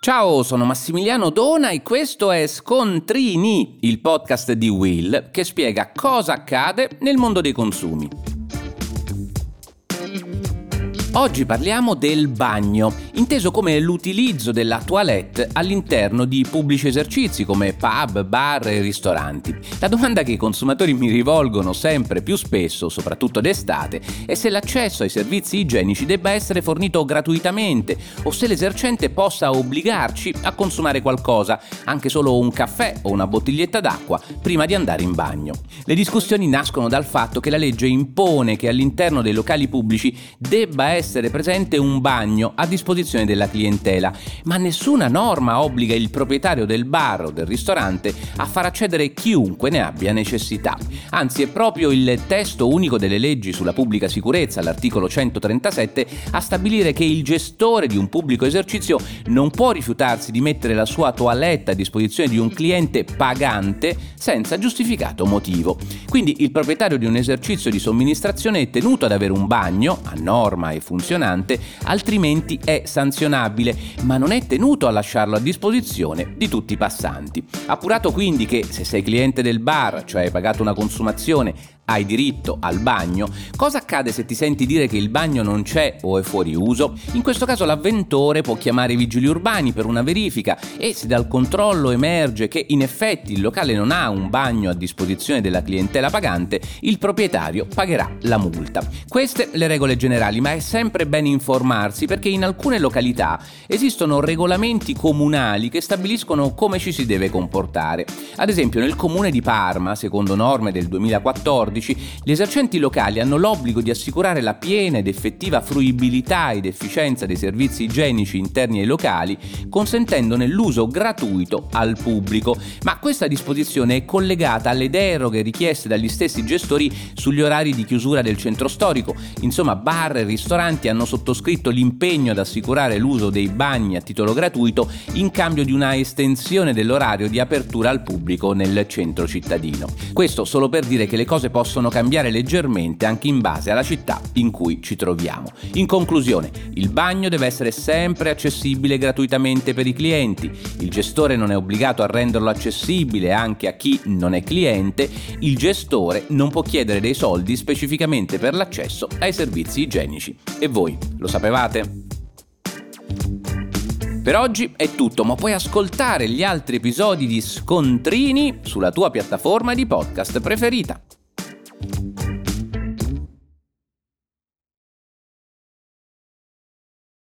Ciao, sono Massimiliano Dona e questo è Scontrini, il podcast di Will che spiega cosa accade nel mondo dei consumi. Oggi parliamo del bagno, inteso come l'utilizzo della toilette all'interno di pubblici esercizi come pub, bar e ristoranti. La domanda che i consumatori mi rivolgono sempre più spesso, soprattutto d'estate, è se l'accesso ai servizi igienici debba essere fornito gratuitamente o se l'esercente possa obbligarci a consumare qualcosa, anche solo un caffè o una bottiglietta d'acqua, prima di andare in bagno. Le discussioni nascono dal fatto che la legge impone che all'interno dei locali pubblici debba essere presente un bagno a disposizione della clientela, ma nessuna norma obbliga il proprietario del bar o del ristorante a far accedere chiunque ne abbia necessità. Anzi, è proprio il testo unico delle leggi sulla pubblica sicurezza, all'articolo 137, a stabilire che il gestore di un pubblico esercizio non può rifiutarsi di mettere la sua toilette a disposizione di un cliente pagante senza giustificato motivo. Quindi il proprietario di un esercizio di somministrazione è tenuto ad avere un bagno a norma e funzionante, altrimenti è sanzionabile, ma non è tenuto a lasciarlo a disposizione di tutti i passanti. Appurato quindi che se sei cliente del bar, cioè hai pagato una consumazione, hai diritto al bagno, cosa accade se ti senti dire che il bagno non c'è o è fuori uso? In questo caso l'avventore può chiamare i vigili urbani per una verifica e se dal controllo emerge che in effetti il locale non ha un bagno a disposizione della clientela pagante, il proprietario pagherà la multa. Queste le regole generali, ma è sempre bene informarsi perché in alcune località esistono regolamenti comunali che stabiliscono come ci si deve comportare. Ad esempio nel comune di Parma, secondo norme del 2014, gli esercenti locali hanno l'obbligo di assicurare la piena ed effettiva fruibilità ed efficienza dei servizi igienici interni ai locali, consentendone l'uso gratuito al pubblico. Ma questa disposizione è collegata alle deroghe richieste dagli stessi gestori sugli orari di chiusura del centro storico. Insomma, bar e ristoranti hanno sottoscritto l'impegno ad assicurare l'uso dei bagni a titolo gratuito in cambio di una estensione dell'orario di apertura al pubblico nel centro cittadino. Questo solo per dire che le cose possono cambiare leggermente anche in base alla città in cui ci troviamo. In conclusione, il bagno deve essere sempre accessibile gratuitamente per i clienti, il gestore non è obbligato a renderlo accessibile anche a chi non è cliente, il gestore non può chiedere dei soldi specificamente per l'accesso ai servizi igienici. E voi, lo sapevate? Per oggi è tutto, ma puoi ascoltare gli altri episodi di Scontrini sulla tua piattaforma di podcast preferita.